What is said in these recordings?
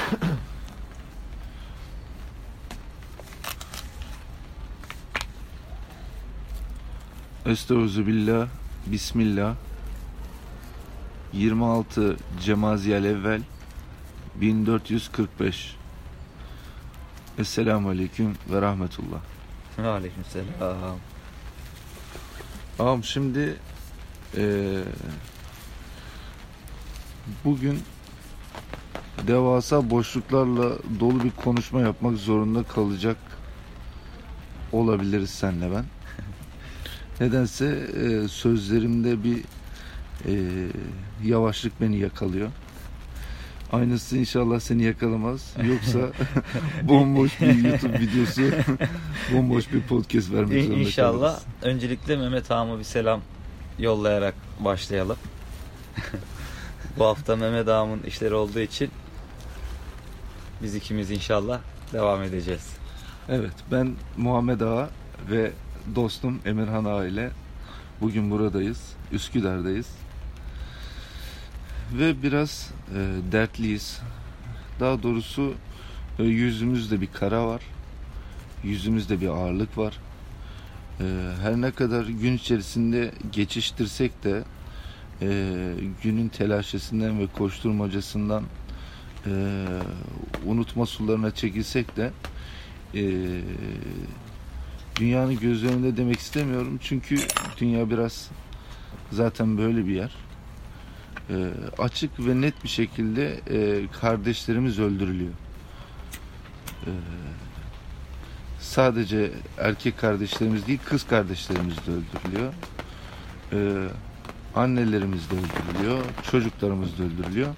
Estağfirullah, Bismillah. 26 Cemaziyel Evvel 1445. Esselamu Aleyküm ve Rahmetullah. Aleykümselam. Ağam şimdi bugün devasa boşluklarla dolu bir konuşma yapmak zorunda kalacak olabiliriz senle ben. Nedense sözlerimde bir yavaşlık beni yakalıyor. Aynısı inşallah seni yakalamaz. Yoksa bomboş bir YouTube videosu, bomboş bir podcast vermek zorunda İnşallah. kalırız. Öncelikle Mehmet Ağam'a bir selam yollayarak başlayalım. Bu hafta Mehmet Ağam'ın işleri olduğu için biz ikimiz inşallah devam edeceğiz. Evet, ben Muhammed Ağa ve dostum Emirhan Ağa ile bugün buradayız. Üsküdar'dayız. Ve biraz dertliyiz. Daha doğrusu yüzümüzde bir kara var. Yüzümüzde bir ağırlık var. Her ne kadar gün içerisinde geçiştirsek de günün telaşesinden ve koşturmacasından unutma sularına çekilsek de dünyanın göz önünde demek istemiyorum. Çünkü dünya biraz zaten böyle bir yer. Açık ve net bir şekilde kardeşlerimiz öldürülüyor. Sadece erkek kardeşlerimiz değil, kız kardeşlerimiz de öldürülüyor. Annelerimiz de öldürülüyor, çocuklarımız da öldürülüyor.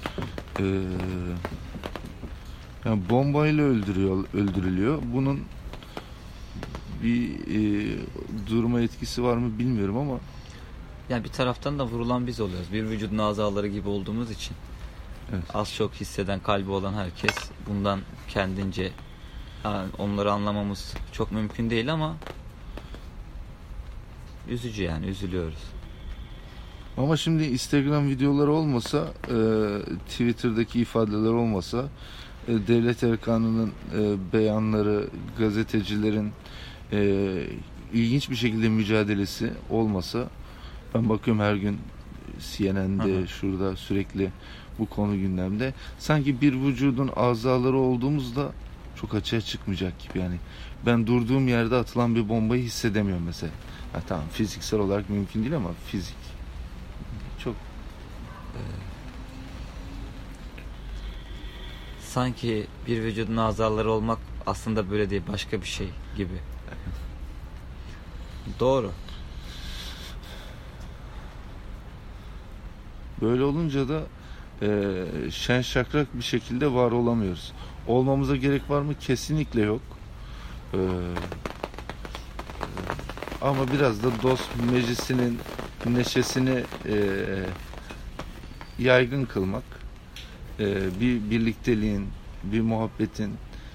Yani bombayla öldürülüyor. Bunun bir durma etkisi var mı bilmiyorum ama Yani bir taraftan da vurulan biz oluyoruz. Bir vücudun azaları gibi olduğumuz için. evet. Az çok hisseden, kalbi olan herkes bundan kendince, yani onları anlamamız çok mümkün değil ama üzücü, yani üzülüyoruz. Ama şimdi Instagram videoları olmasa, Twitter'daki ifadeler olmasa, devlet erkanının beyanları, gazetecilerin ilginç bir şekilde mücadelesi olmasa, ben bakıyorum her gün CNN'de, şurada sürekli bu konu gündemde. Sanki bir vücudun azaları olduğumuzda çok açığa çıkmayacak gibi yani. Ben durduğum yerde atılan bir bombayı hissedemiyorum mesela. Ha, tamam, fiziksel olarak mümkün değil ama fizik. Çok Sanki bir vücudun azaları olmak aslında böyle değil, başka bir şey gibi. Doğru. böyle olunca da şen şakrak bir şekilde var olamıyoruz. Olmamıza gerek var mı? Kesinlikle yok. Ama biraz da dost meclisinin neşesini yaygın kılmak, bir birlikteliğin, bir muhabbetin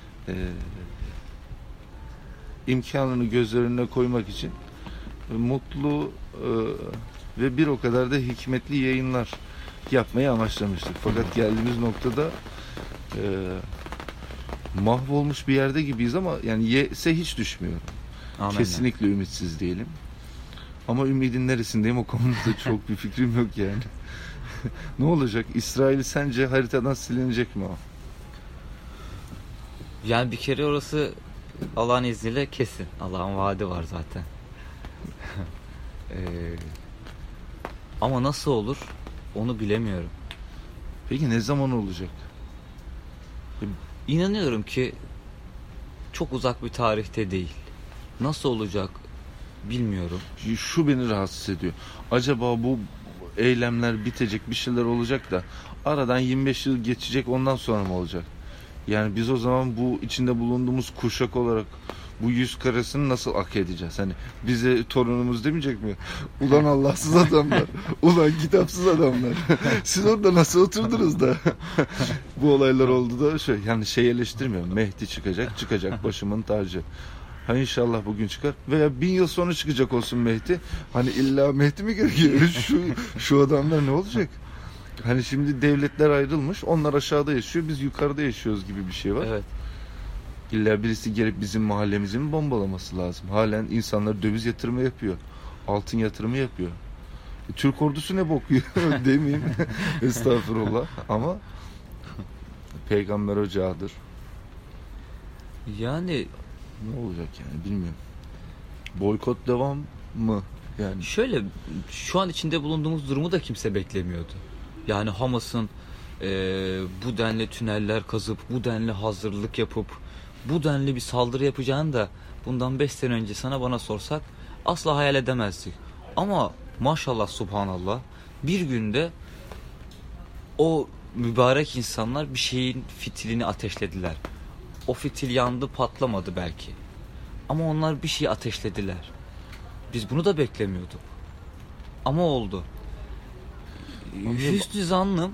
imkanını göz önüne koymak için mutlu ve bir o kadar da hikmetli yayınlar yapmayı amaçlamıştık. Fakat geldiğimiz noktada mahvolmuş bir yerde gibiyiz ama yani yese hiç düşmüyorum. Amenna. Kesinlikle ümitsiz diyelim. Ama ümidin neresindeyim o konuda çok bir fikrim yok yani. Ne olacak? İsrail sence haritadan silinecek mi o? Yani bir kere orası Allah'ın izniyle kesin. Allah'ın vaadi var zaten. Ama nasıl olur onu bilemiyorum. Peki ne zaman olacak? İnanıyorum ki çok uzak bir tarihte değil. Nasıl olacak bilmiyorum. Şu beni rahatsız ediyor. Acaba bu eylemler bitecek, bir şeyler olacak da aradan 25 yıl geçecek, ondan sonra mı olacak? Yani biz o zaman bu içinde bulunduğumuz kuşak olarak bu yüz karasını nasıl ak edeceğiz? Hani bize torunumuz demeyecek mi? Ulan Allahsız adamlar, ulan kitapsız adamlar. Siz orada nasıl oturdunuz da bu olaylar oldu da yani eleştirmiyorum. Mehdi çıkacak başımın tacı. Ha inşallah bugün çıkar veya 1000 yıl sonra çıkacak olsun Mehdi. Hani illa Mehdi mi gerekiyor? Şu adamlar ne olacak? Hani şimdi devletler ayrılmış, onlar aşağıda yaşıyor, biz yukarıda yaşıyoruz gibi bir şey var. Evet. İlla birisi gelip bizim mahallemizi mi bombalaması lazım? Halen insanlar döviz yatırımı yapıyor, altın yatırımı yapıyor. Türk ordusu ne bokuyor demeyeyim. Estağfurullah. Ama peygamber ocağıdır. Yani Ne olacak yani bilmiyorum. Boykot devam mı? Yani şöyle, şu an içinde bulunduğumuz durumu da kimse beklemiyordu. Yani Hamas'ın bu denli tüneller kazıp, bu denli hazırlık yapıp, bu denli bir saldırı yapacağını da bundan 5 sene önce sana bana sorsak asla hayal edemezdik. Ama maşallah subhanallah bir günde o mübarek insanlar bir şeyin fitilini ateşlediler. O fitil yandı, patlamadı belki. Ama onlar bir şey ateşlediler. Biz bunu da beklemiyorduk. Ama oldu. Hüsnü zannım,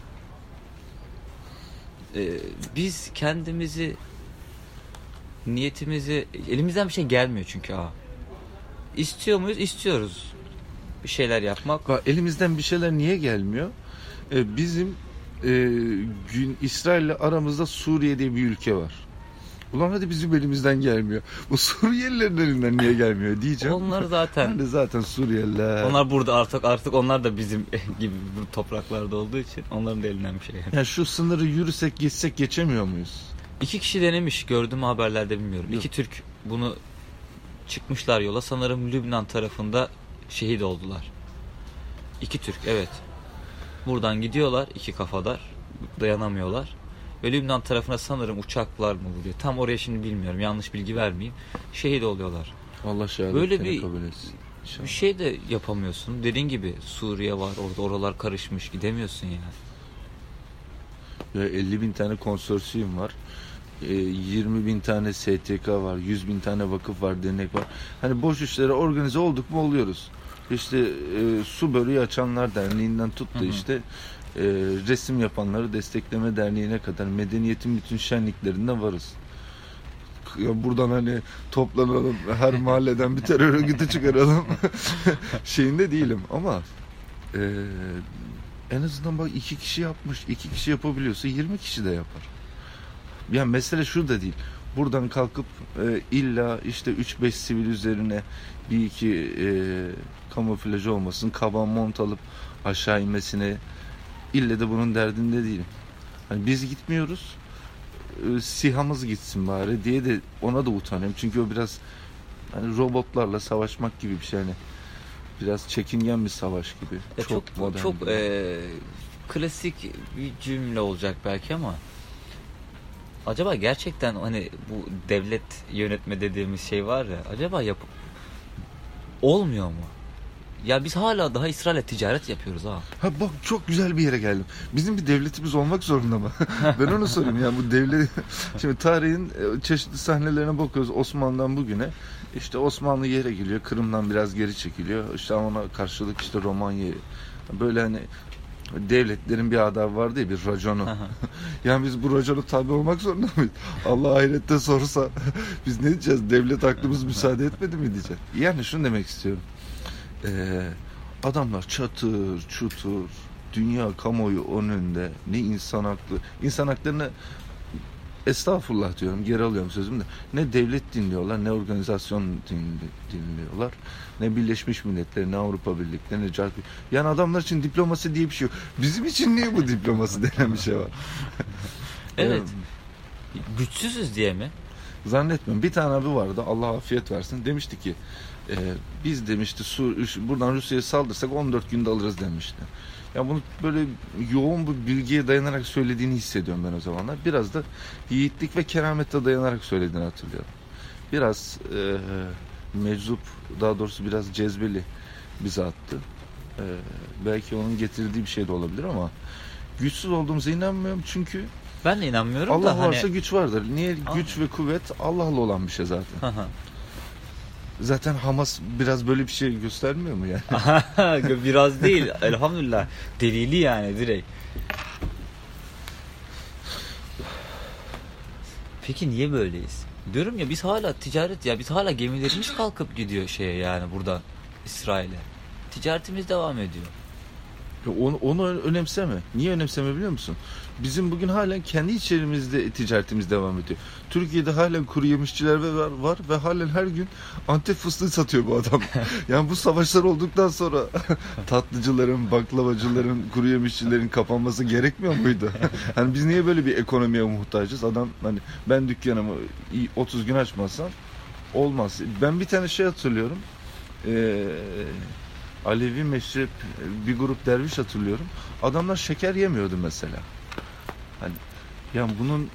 biz kendimizi, niyetimizi, elimizden bir şey gelmiyor çünkü. İstiyor muyuz? İstiyoruz. Bir şeyler yapmak. bak, elimizden bir şeyler niye gelmiyor? Bizim İsrail'le aramızda Suriye diye bir ülke var. Ulan hadi bizim elimizden gelmiyor. Bu Suriyelilerin elinden niye gelmiyor diyeceğim. Onlar zaten Hani zaten Suriyeliler. onlar burada artık onlar da bizim gibi bu topraklarda olduğu için onların da elinden bir şey gelmiyor. Ya şu sınırı yürüsek geçsek geçemiyor muyuz? 2 kişi denemiş, gördüm haberlerde, bilmiyorum. Yok. 2 Türk bunu çıkmışlar yola, sanırım Lübnan tarafında şehit oldular. 2 Türk, evet. Buradan gidiyorlar, 2 kafadar, dayanamıyorlar. Ve Lübnan tarafına sanırım uçaklar mı vuruyor? Tam oraya şimdi bilmiyorum, yanlış bilgi vermeyeyim. Şehit oluyorlar. Allah Böyle şehadetlerini bir- kabul etsin. İnşallah. Bir şey de yapamıyorsun. Dediğin gibi Suriye var orada, oralar karışmış, gidemiyorsun yani. Ya 50 bin tane konsorsiyum var. 20 bin tane STK var. 100 bin tane vakıf var, dernek var. Hani boş işlere organize olduk mu oluyoruz. İşte Su Böreği Açanlar Derneği'nden tut da Hı hı. işte resim yapanları destekleme derneğine kadar medeniyetin bütün şenliklerinde varız. Ya buradan hani toplanalım, her mahalleden bir terör örgütü çıkaralım şeyinde değilim ama en azından bak 2 kişi yapmış, 2 kişi yapabiliyorsa 20 kişi de yapar. Yani mesele şu da değil. Buradan kalkıp illa işte 3-5 sivil üzerine bir iki kamuflaj olmasın, kaban mont alıp aşağı inmesine, ille de bunun derdinde değilim. Hani biz gitmiyoruz, SİHA'mız gitsin bari diye de ona da utanıyorum. Çünkü o biraz hani robotlarla savaşmak gibi bir şey, hani biraz çekingen bir savaş gibi. Ya Çok modern. çok klasik bir cümle olacak belki ama acaba gerçekten hani bu devlet yönetme dediğimiz şey var ya, acaba olmuyor mu? Ya biz hala daha İsrail'le ticaret yapıyoruz ha. Ha bak, çok güzel bir yere geldim. Bizim bir devletimiz olmak zorunda mı? Ben onu sorayım ya, bu devlet. Şimdi tarihin çeşitli sahnelerine bakıyoruz Osmanlı'dan bugüne. İşte Osmanlı yere geliyor, Kırım'dan biraz geri çekiliyor. İşte ona karşılık işte Romanya. Böyle hani devletlerin bir adabı vardı ya, bir raconu. Yani biz bu racona tabi olmak zorunda mıyız? Allah ahirette sorsa biz ne diyeceğiz? Devlet aklımız müsaade etmedi mi diyeceğiz. Yani şunu demek istiyorum. Adamlar çatır çutur, dünya kamuoyu önünde, ne insan haklarını, estağfurullah diyorum, geri alıyorum sözümü de, ne devlet dinliyorlar, ne organizasyon dinliyorlar, ne Birleşmiş Milletler, ne Avrupa Birlikleri, ne CARP. Yani adamlar için diplomasi diye bir şey yok. Bizim için niye bu diplomasi denen bir şey var? Evet. Güçsüzüz diye mi? Zannetmiyorum. Bir tane abi vardı, Allah afiyet versin, demişti ki biz demişti buradan Rusya'ya saldırsak 14 günde alırız demişti. Ya bunu böyle yoğun bir bilgiye dayanarak söylediğini hissediyorum ben o zamanlar. Biraz da yiğitlik ve keramete dayanarak söylediğini hatırlıyorum. Biraz meczup, daha doğrusu biraz cezbeli bir zattı. Belki onun getirdiği bir şey de olabilir ama güçsüz olduğumuza inanmıyorum, çünkü Ben de inanmıyorum Allah da varsa hani... güç vardır. Niye? Güç ve kuvvet Allah'la olan bir şey zaten. Zaten Hamas biraz böyle bir şey göstermiyor mu yani? Biraz değil, elhamdülillah. Delili yani, direkt. Peki niye böyleyiz? Diyorum ya, biz hala ticaret, ya biz hala gemilerimiz kalkıp gidiyor şeye, yani buradan İsrail'e. Ticaretimiz devam ediyor. Onu önemseme. Niye önemseme biliyor musun? Bizim bugün halen kendi içerimizde ticaretimiz devam ediyor. Türkiye'de halen kuru yemişçiler var ve halen her gün Antep fıstığı satıyor bu adam. Yani bu savaşlar olduktan sonra tatlıcıların, baklavacıların, kuru yemişçilerin kapanması gerekmiyor muydu? Hani biz niye böyle bir ekonomiye muhtacız? Adam hani ben dükkanımı 30 gün açmazsam olmaz. Ben bir tane şey hatırlıyorum. Alevi meşrep bir grup derviş hatırlıyorum. Adamlar şeker yemiyordu mesela. Hani yani bunun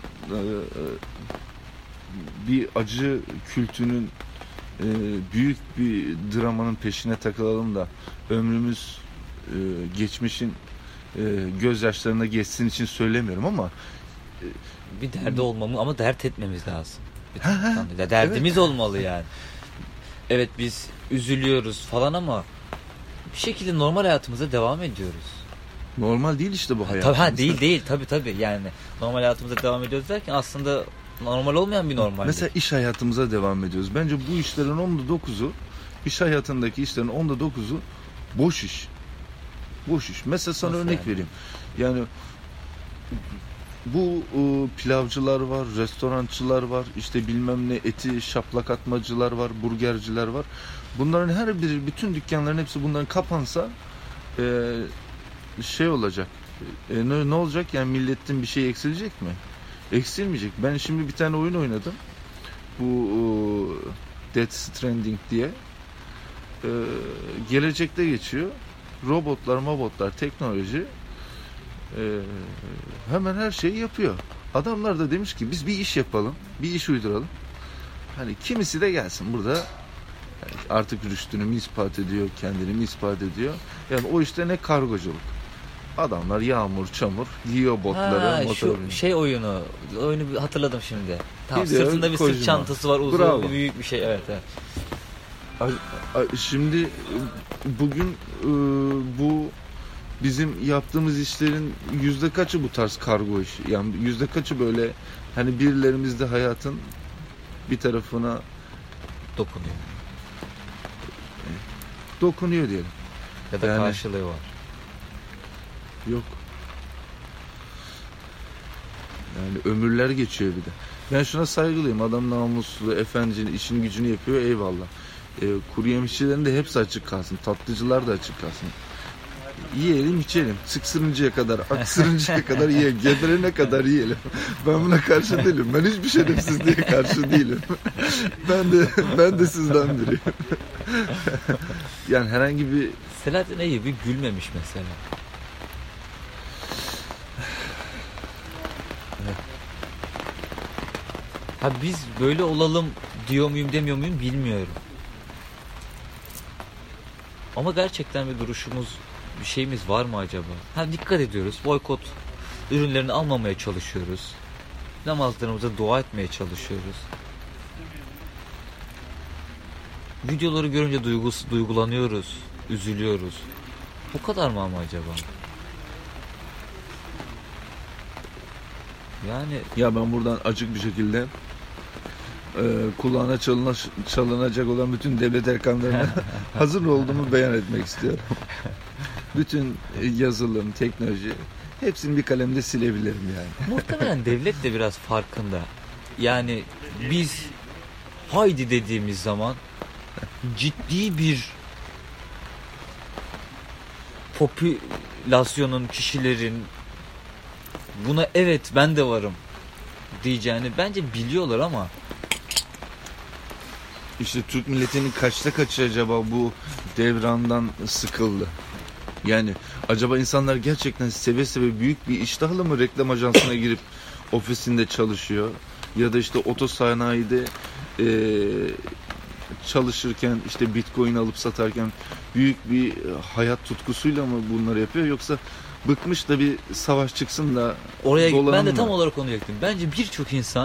bir acı kültünün büyük bir dramanın peşine takılalım da ömrümüz geçmişin gözyaşlarına geçsin için söylemiyorum ama bir derdi olmamı ama dert etmemiz lazım. Derdimiz evet. Olmalı yani. Evet biz üzülüyoruz falan ama bir şekilde normal hayatımıza devam ediyoruz. Normal değil işte bu hayatımız. Değil tabii yani normal hayatımıza devam ediyoruz derken aslında normal olmayan bir normal. Mesela iş hayatımıza devam ediyoruz. Bence bu işlerin 9'u iş hayatındaki işlerin 9'u boş iş. Boş iş. Mesela sana nasıl örnek yani? vereyim. Yani bu pilavcılar var, restorançılar var, işte bilmem ne eti şaplak atmacılar var, burgerciler var. Bunların her biri, bütün dükkanların hepsi bunların kapansa şey olacak. Ne olacak? Yani milletin bir şey eksilecek mi? Eksilmeyecek. Ben şimdi bir tane oyun oynadım. Bu Death Stranding diye. Gelecekte geçiyor. Robotlar, teknoloji hemen her şeyi yapıyor. Adamlar da demiş ki biz bir iş yapalım, bir iş uyduralım. Hani kimisi de gelsin burada yani artık rüştünü mü ispat ediyor, kendini mi ispat ediyor. Yani o işte ne kargoculuk. Adamlar yağmur, çamur, giyiyor botları, motoru. Şu oyunu hatırladım şimdi. Tamam, Hideo sırtında bir Kojima. sırt çantası var, uzun, bravo. Büyük bir şey, evet. Şimdi bugün bu bizim yaptığımız işlerin yüzde kaçı bu tarz kargo işi? Yani yüzde kaçı böyle hani birilerimizde hayatın bir tarafına dokunuyor diyelim. Ya da yani, karşılığı var. Yok. Yani ömürler geçiyor bir de. Ben şuna saygılıyım. Adam namuslu, efendinin işin gücünü yapıyor. Eyvallah. Kuru yemişçilerin de hepsi açık kalsın. Tatlıcılar da açık kalsın. Yiyelim içelim. Sıksırıncaya kadar, aksırıncaya kadar yiyelim. Geberene kadar yiyelim. Ben buna karşı değilim. Ben hiçbir şerefsizliğe karşı değilim. ben de sizden biriyim. Yani herhangi bir... Selahattin Eyyubi gülmemiş mesela. Ha biz böyle olalım diyor muyum demiyor muyum bilmiyorum. Ama gerçekten bir duruşumuz, bir şeyimiz var mı acaba? Ha dikkat ediyoruz. Boykot ürünlerini almamaya çalışıyoruz. Namazlarımıza dua etmeye çalışıyoruz. Videoları görünce duygulanıyoruz, üzülüyoruz. Bu kadar mı ama acaba? Yani ya ben buradan açık bir şekilde kulağına çalınacak olan bütün devlet erkanlarına hazır olduğumu beyan etmek istiyorum. Bütün yazılım, teknoloji hepsini bir kalemde silebilirim yani. Muhtemelen devlet de biraz farkında. Yani biz haydi dediğimiz zaman ciddi bir popülasyonun, kişilerin buna evet ben de varım diyeceğini bence biliyorlar ama İşte Türk milletinin kaçta kaçı acaba bu devrandan sıkıldı? Yani acaba insanlar gerçekten seve seve büyük bir iştahla mı reklam ajansına girip ofisinde çalışıyor? Ya da işte otosanayide çalışırken işte bitcoin alıp satarken büyük bir hayat tutkusuyla mı bunları yapıyor? Yoksa bıkmış da bir savaş çıksın da oraya ben de tam olarak onu diyecektim. Bence birçok insan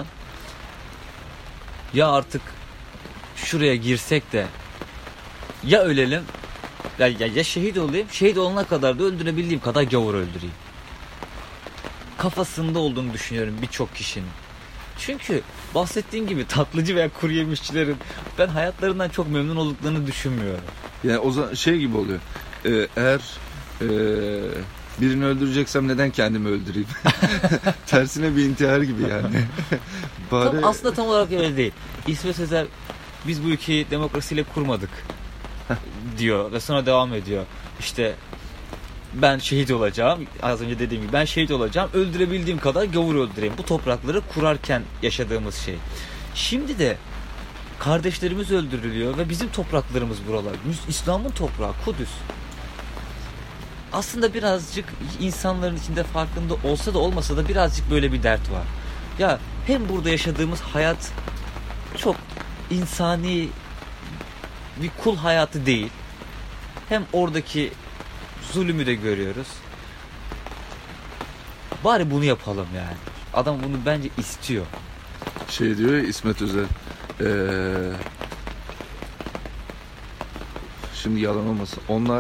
ya artık şuraya girsek de ya ölelim ya şehit olayım, şehit olana kadar da öldürebildiğim kadar gavur öldüreyim kafasında olduğunu düşünüyorum birçok kişinin. Çünkü bahsettiğin gibi tatlıcı veya kuru yemişçilerin ben hayatlarından çok memnun olduklarını düşünmüyorum. Yani o zaman şey gibi oluyor. Eğer birini öldüreceksem neden kendimi öldüreyim? Tersine bir intihar gibi yani. Bari... Aslında tam olarak öyle değil. İsmet Sezer biz bu ülkeyi demokrasiyle kurmadık diyor ve sonra devam ediyor. İşte ben şehit olacağım. Az önce dediğim gibi ben şehit olacağım. Öldürebildiğim kadar gavur öldüreyim. Bu toprakları kurarken yaşadığımız şey. Şimdi de kardeşlerimiz öldürülüyor ve bizim topraklarımız buralar. İslam'ın toprağı Kudüs. Aslında birazcık insanların içinde farkında olsa da olmasa da birazcık böyle bir dert var. Ya hem burada yaşadığımız hayat çok insani bir kul hayatı değil. Hem oradaki zulümü de görüyoruz. Bari bunu yapalım yani. Adam bunu bence istiyor. Şey diyor ya İsmet Özel. Şimdi yalan olmasın. Onlar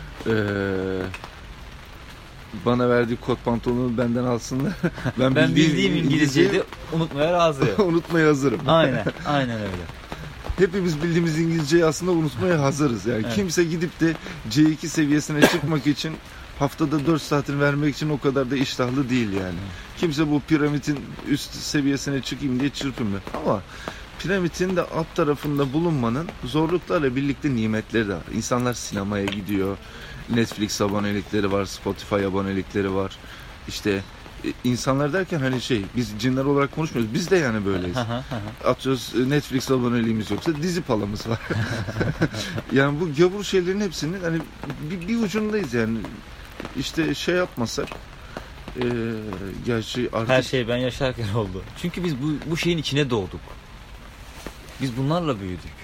bana verdiği kot pantolonu benden alsınlar. Ben bildiğim İngilizceyi de unutmaya razıyım. Unutmaya hazırım. Aynen öyle. Hepimiz bildiğimiz İngilizceyi aslında unutmaya hazırız. Yani evet. Kimse gidip de C2 seviyesine çıkmak için haftada 4 saatini vermek için o kadar da iştahlı değil yani. Kimse bu piramidin üst seviyesine çıkayım diye çırpınmıyor. Ama piramidin de alt tarafında bulunmanın zorluklarla birlikte nimetleri de var. İnsanlar sinemaya gidiyor. Netflix abonelikleri var, Spotify abonelikleri var. İşte insanlar derken hani biz cinler olarak konuşmuyoruz. Biz de yani böyleyiz. Atıyoruz Netflix aboneliğimiz yoksa dizi palamız var. Yani bu gavur şeylerin hepsinin hani bir ucundayız yani. İşte yapmasak gerçi artık... Her şey ben yaşarken oldu. Çünkü biz bu şeyin içine doğduk. Biz bunlarla büyüdük.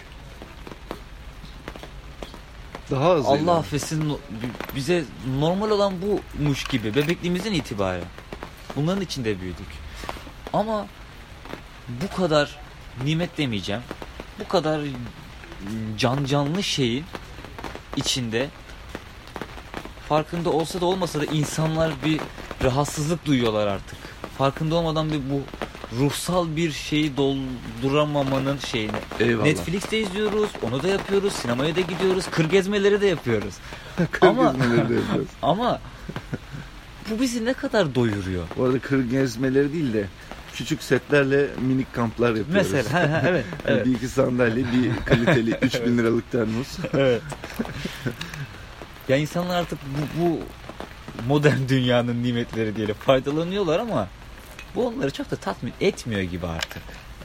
Daha az Allah affetsin, bize normal olan bumuş gibi bebekliğimizden itibaren bunların içinde büyüdük. Ama bu kadar nimet demeyeceğim, bu kadar canlı şeyin içinde farkında olsa da olmasa da insanlar bir rahatsızlık duyuyorlar artık. Farkında olmadan bu ruhsal bir şeyi dolduramamanın şeyini. Eyvallah. Netflix'te izliyoruz, onu da yapıyoruz, sinemaya da gidiyoruz, kır gezmeleri de yapıyoruz. Gezmeleri de yapıyoruz. Ama bu bizi ne kadar doyuruyor. Bu arada kır gezmeleri değil de küçük setlerle minik kamplar yapıyoruz. Mesela evet. Bir iki sandalye, bir kaliteli 3.000 liralık termos. Evet. Ya insanlar artık bu modern dünyanın nimetleri diye faydalanıyorlar ama bu onları çok da tatmin etmiyor gibi artık.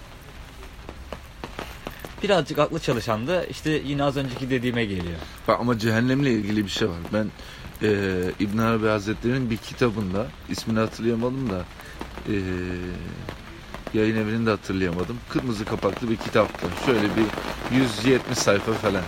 Birazcık aklı çalışan da işte yine az önceki dediğime geliyor. Ama cehennemle ilgili bir şey var. Ben İbn Arabi Hazretleri'nin bir kitabında, ismini hatırlayamadım da yayın evini de hatırlayamadım. Kırmızı kapaklı bir kitaptı. Şöyle bir 170 sayfa falan.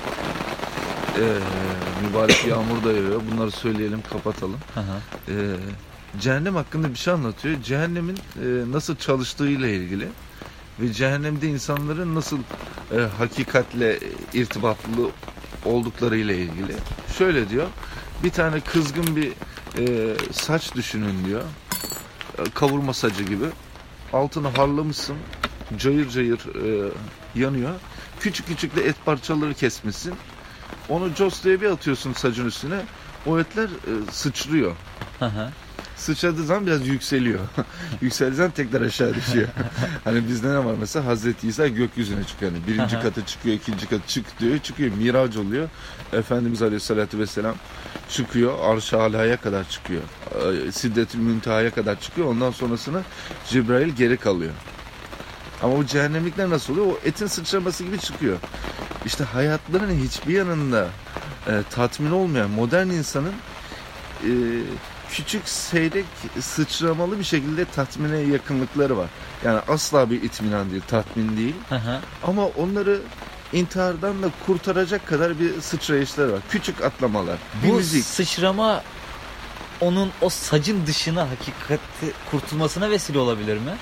Mübarek yağmur da yağıyor. Bunları söyleyelim, kapatalım. Cehennem hakkında bir şey anlatıyor. Cehennemin nasıl çalıştığıyla ilgili ve cehennemde insanların nasıl hakikatle irtibatlı olduklarıyla ilgili. Şöyle diyor. Bir tane kızgın bir saç düşünün diyor. Kavurma sacı gibi. Altını harlamışsın. Cayır cayır yanıyor. Küçük küçük de et parçaları kesmişsin. Onu cos diye bir atıyorsun sacın üstüne. O etler sıçrıyor. Sıçradığı zaman biraz yükseliyor. Yükseldiği zaman tekrar aşağı düşüyor. Hani bizde ne var mesela? Hazreti İsa gökyüzüne çıkıyor. Yani birinci kata çıkıyor, ikinci kata çık diyor. Çıkıyor. Miraç oluyor. Efendimiz Aleyhisselatü Vesselam çıkıyor. Arş-ı Alâ'ya kadar çıkıyor. Siddetül Münteha'ya kadar çıkıyor. Ondan sonrasını Cibrail geri kalıyor. Ama o cehennemlikler nasıl oluyor? O etin sıçraması gibi çıkıyor. İşte hayatlarının hiçbir yanında tatmin olmayan modern insanın küçük, seyrek, sıçramalı bir şekilde tatmine yakınlıkları var. Yani asla bir itminan değil, tatmin değil. Ama onları intihardan da kurtaracak kadar bir sıçrayışları var. Küçük atlamalar. Bu müzik. Sıçrama onun o sacın dışına hakikati kurtulmasına vesile olabilir mi?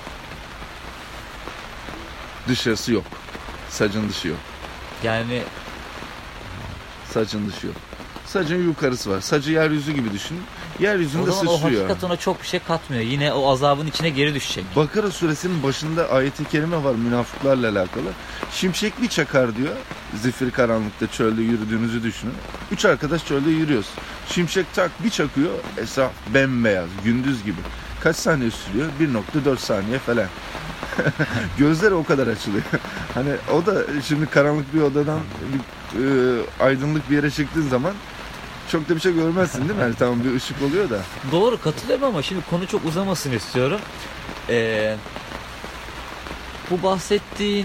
Dışarısı yok. Sacın dışı yok. Yani sacın dışı yok. Sacın yukarısı var. Sacı yeryüzü gibi düşün. yeryüzünde O zaman o sıçrıyor. hakikat ona çok bir şey katmıyor. Yine o azabın içine geri düşecek. Bakara suresinin başında ayet-i kerime var münafıklarla alakalı. Şimşek bir çakar diyor. Zifiri karanlıkta çölde yürüdüğünüzü düşünün. 3 arkadaş çölde yürüyoruz. Şimşek tak bir çakıyor. Etraf bembeyaz, gündüz gibi. Kaç saniye sürüyor? 1.4 saniye falan. Gözleri o kadar açılıyor. Hani o da şimdi karanlık bir odadan aydınlık bir yere çıktığın zaman çok da bir şey görmezsin değil mi? Yani tamam bir ışık oluyor da. Doğru, katılıyorum ama şimdi konu çok uzamasın istiyorum. Bu bahsettiğin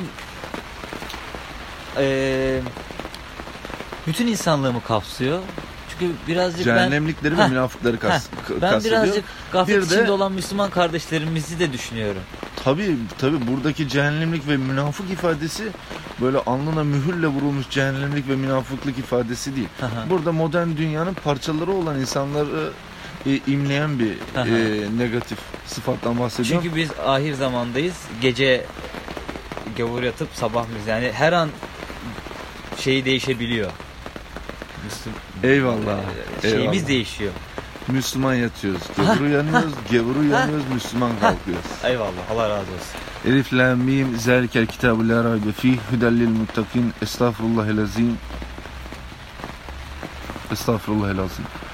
bütün insanlığı mı kapsıyor? Çünkü birazcık Cehennemlikleri ve münafıkları ben kastediyor. birazcık gaflet Bir de- içinde olan Müslüman kardeşlerimizi de düşünüyorum. Tabii buradaki cehennemlik ve münafık ifadesi böyle alnına mühürle vurulmuş cehennemlik ve münafıklık ifadesi değil. Aha. Burada modern dünyanın parçaları olan insanları imleyen bir Aha. negatif sıfattan bahsediyorum. Çünkü biz ahir zamandayız. Gece gavur yatıp sabah biz, yani her an şeyi değişebiliyor. Eyvallah. Şeyimiz eyvallah. değişiyor. Müslüman yatıyoruz. Gavur uyanıyoruz, gavur uyanıyoruz, Müslüman kalkıyoruz. Eyvallah. Allah razı olsun. Elif lam mim zalikel kitabu la raybe fih hudel lil muttakin. Estağfirullahel azim. Estağfirullahel azim.